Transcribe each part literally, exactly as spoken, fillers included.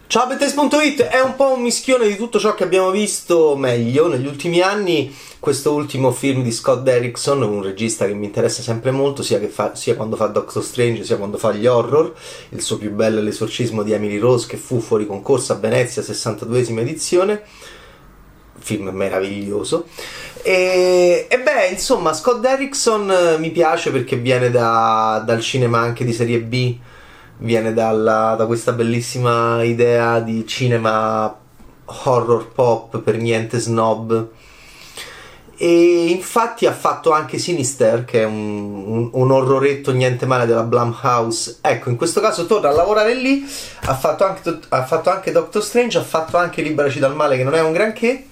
Ciao Bettes punto it, è un po' un mischione di tutto ciò che abbiamo visto meglio negli ultimi anni. Questo ultimo film di Scott Derrickson, un regista che mi interessa sempre molto, sia, che fa, sia quando fa Doctor Strange sia quando fa gli horror. Il suo più bello è L'esorcismo di Emily Rose, che fu fuori concorso a Venezia, sessantaduesima edizione. Film meraviglioso. E, e beh, insomma, Scott Derrickson mi piace perché viene da, dal cinema anche di serie B, viene dalla, da questa bellissima idea di cinema horror pop per niente snob, e infatti ha fatto anche Sinister, che è un, un, un horroretto niente male della Blumhouse. Ecco, in questo caso torna a lavorare lì. Ha fatto anche, ha fatto anche Doctor Strange, ha fatto anche Liberaci dal male, che non è un granché,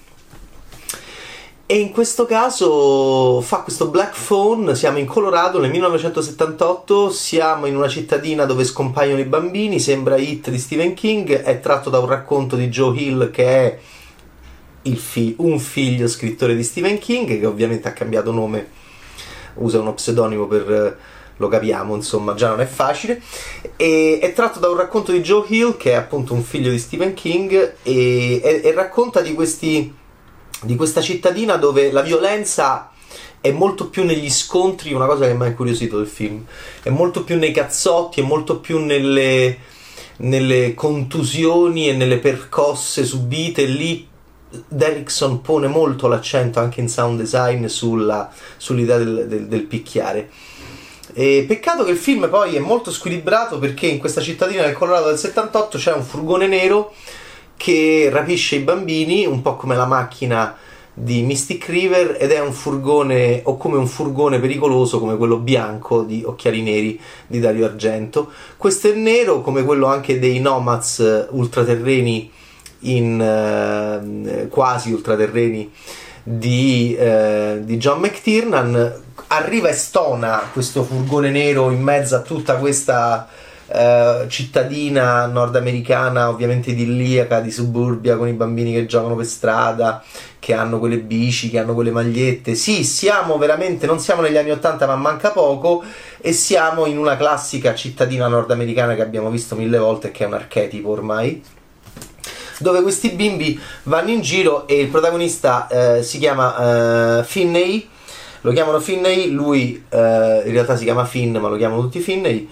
e in questo caso fa questo Black Phone. Siamo in Colorado nel millenovecentosettantotto, siamo in una cittadina dove scompaiono i bambini, sembra It di Stephen King, è tratto da un racconto di Joe Hill, che è il fi- un figlio scrittore di Stephen King, che ovviamente ha cambiato nome, usa uno pseudonimo per... lo capiamo, insomma, già non è facile. E è tratto da un racconto di Joe Hill, che è appunto un figlio di Stephen King, e, e, e racconta di questi... di questa cittadina dove la violenza è molto più negli scontri, una cosa che mi ha incuriosito del film, è molto più nei cazzotti, è molto più nelle, nelle contusioni e nelle percosse subite. Lì Derrickson pone molto l'accento anche in sound design sulla, sull'idea del, del, del picchiare. E peccato che il film poi è molto squilibrato, perché in questa cittadina del Colorado del settantotto c'è un furgone nero che rapisce i bambini, un po' come la macchina di Mystic River, ed è un furgone, o come un furgone pericoloso come quello bianco di Occhiali Neri di Dario Argento. Questo è nero, come quello anche dei Nomads ultraterreni, in eh, quasi ultraterreni di, eh, di John McTiernan. Arriva e stona questo furgone nero in mezzo a tutta questa Uh, cittadina nordamericana, ovviamente idilliaca, di suburbia, con i bambini che giocano per strada, che hanno quelle bici, che hanno quelle magliette. Sì, siamo veramente, non siamo negli anni ottanta, ma manca poco, e siamo in una classica cittadina nordamericana che abbiamo visto mille volte e che è un archetipo ormai, dove questi bimbi vanno in giro, e il protagonista uh, si chiama uh, Finney, lo chiamano Finney, lui uh, in realtà si chiama Finn, ma lo chiamano tutti Finney.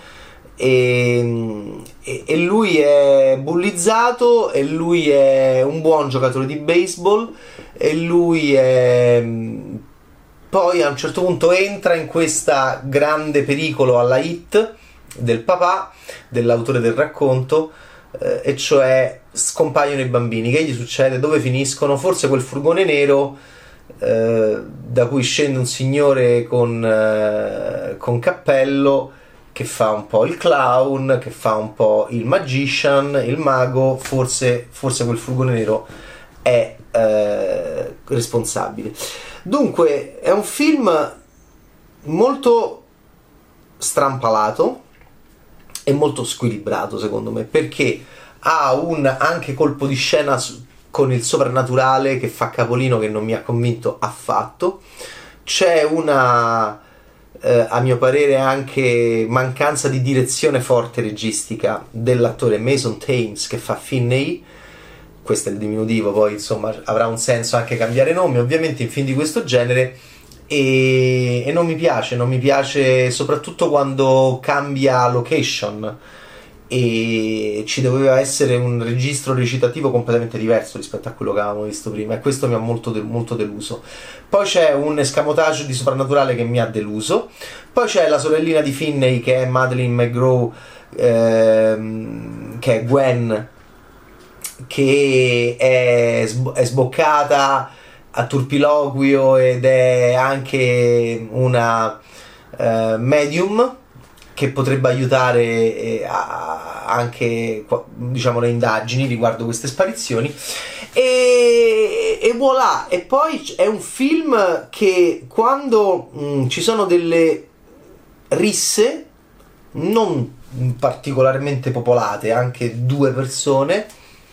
E, e, e lui è bullizzato, e lui è un buon giocatore di baseball, e lui è, poi a un certo punto entra in questa grande pericolo alla It del papà, dell'autore del racconto, eh, e cioè scompaiono i bambini. Che gli succede? Dove finiscono? Forse quel furgone nero eh, da cui scende un signore con, eh, con cappello, che fa un po' il clown, che fa un po' il magician, il mago. Forse, forse quel furgone nero è eh, responsabile. Dunque, è un film molto strampalato e molto squilibrato, secondo me, perché ha un anche colpo di scena con il soprannaturale che fa capolino, che non mi ha convinto affatto. C'è una... Uh, a mio parere anche mancanza di direzione forte registica dell'attore Mason Thames, che fa Finney. Questo è il diminutivo, poi insomma avrà un senso anche cambiare nome ovviamente in film di questo genere, e, e non mi piace, non mi piace soprattutto quando cambia location, e ci doveva essere un registro recitativo completamente diverso rispetto a quello che avevamo visto prima, e questo mi ha molto, de- molto deluso. Poi c'è un escamotage di soprannaturale che mi ha deluso. Poi c'è la sorellina di Finney, che è Madeleine McGraw, ehm, che è Gwen, che è, sb- è sboccata a turpiloquio ed è anche una eh, medium, che potrebbe aiutare eh, a, anche, diciamo, le indagini riguardo queste sparizioni, e, e voilà. E poi è un film che quando mh, ci sono delle risse non particolarmente popolate, anche due persone,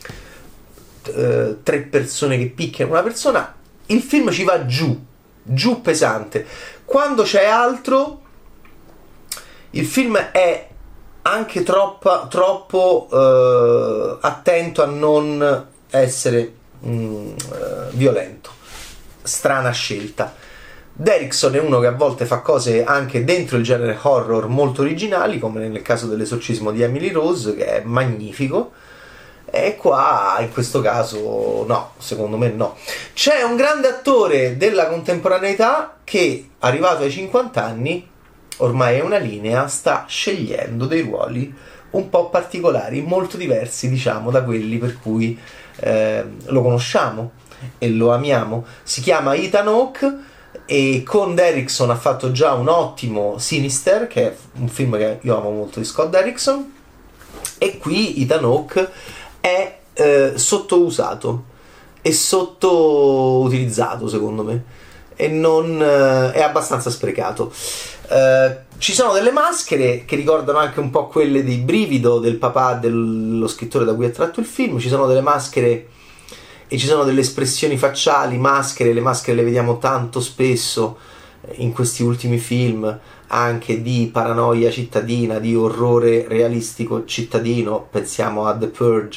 eh, tre persone che picchiano una persona, il film ci va giù, giù pesante. Quando c'è altro, il film è anche troppa, troppo eh, attento a non essere mh, eh, violento. Strana scelta. Derrickson è uno che a volte fa cose anche dentro il genere horror molto originali, come nel caso dell'esorcismo di Emily Rose, che è magnifico, e qua in questo caso no, secondo me no. C'è un grande attore della contemporaneità che, arrivato ai cinquanta anni, ormai è una linea, sta scegliendo dei ruoli un po' particolari, molto diversi, diciamo, da quelli per cui eh, lo conosciamo e lo amiamo. Si chiama Ethan Hawke e con Derrickson ha fatto già un ottimo Sinister, che è un film che io amo molto di Scott Derrickson, e qui Ethan Hawke è eh, sottousato e sottoutilizzato, secondo me, e non eh, è abbastanza sprecato. Uh, ci sono delle maschere che ricordano anche un po' quelle di Brivido, del papà dello scrittore da cui è tratto il film. Ci sono delle maschere e ci sono delle espressioni facciali, maschere, le maschere le vediamo tanto spesso in questi ultimi film, anche di paranoia cittadina, di orrore realistico cittadino, pensiamo a The Purge,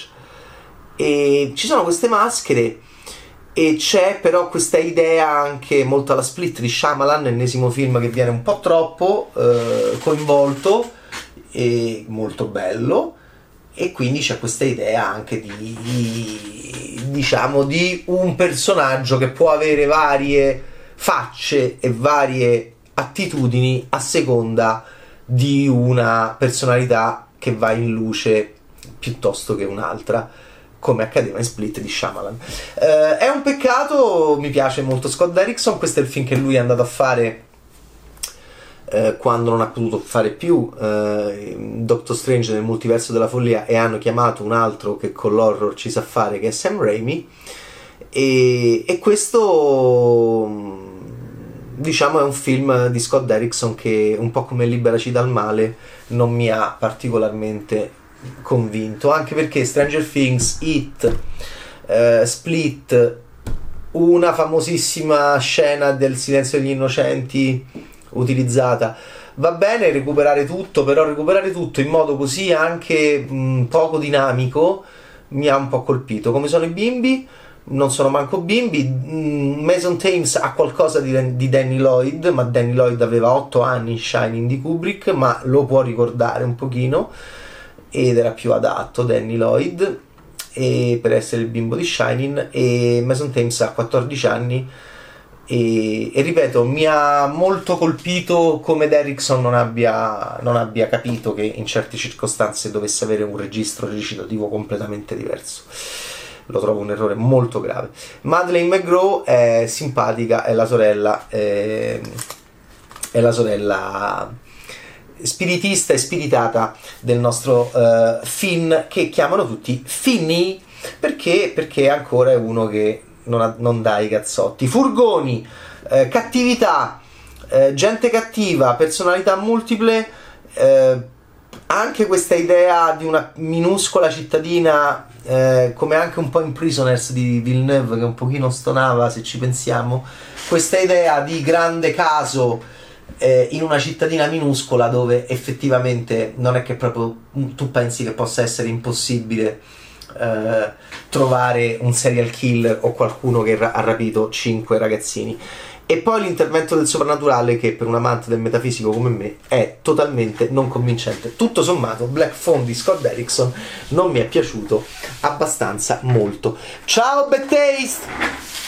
e ci sono queste maschere. E c'è però questa idea anche molto alla Split di Shyamalan, l'ennesimo film che viene un po' troppo eh, coinvolto e molto bello, e quindi c'è questa idea anche di, diciamo, di un personaggio che può avere varie facce e varie attitudini a seconda di una personalità che va in luce piuttosto che un'altra, come accadeva in Split di Shyamalan. Uh, è un peccato, mi piace molto Scott Derrickson, questo è il film che lui è andato a fare uh, quando non ha potuto fare più uh, Doctor Strange nel multiverso della follia, e hanno chiamato un altro che con l'horror ci sa fare, che è Sam Raimi, e, e questo, diciamo, è un film di Scott Derrickson che, un po' come Liberaci dal male, non mi ha particolarmente convinto, anche perché Stranger Things, It, uh, Split, una famosissima scena del Silenzio degli Innocenti utilizzata, va bene recuperare tutto, però recuperare tutto in modo così anche mh, poco dinamico mi ha un po' colpito. Come sono i bimbi? Non sono manco bimbi. mh, Mason Thames ha qualcosa di, di Danny Lloyd, ma Danny Lloyd aveva otto anni in Shining di Kubrick, ma lo può ricordare un pochino, ed era più adatto Danny Lloyd e per essere il bimbo di Shining, e Mason Thames ha quattordici anni e, e ripeto, mi ha molto colpito come Derrickson non abbia, non abbia capito che in certe circostanze dovesse avere un registro recitativo completamente diverso. Lo trovo un errore molto grave. Madeleine McGraw è simpatica, è la sorella è, è la sorella spiritista e spiritata del nostro uh, Finn, che chiamano tutti Finny perché, perché ancora è uno che non, ha, non dà i cazzotti. Furgoni, eh, cattività, eh, gente cattiva, personalità multiple, eh, anche questa idea di una minuscola cittadina, eh, come anche un po' in Prisoners di Villeneuve, che un pochino stonava se ci pensiamo, questa idea di grande caso Eh, in una cittadina minuscola dove effettivamente non è che proprio tu pensi che possa essere impossibile eh, trovare un serial killer o qualcuno che ra- ha rapito cinque ragazzini. E poi l'intervento del soprannaturale, che per un amante del metafisico come me è totalmente non convincente. Tutto sommato Black Phone di Scott Derrickson non mi è piaciuto abbastanza molto. Ciao Bad Taste!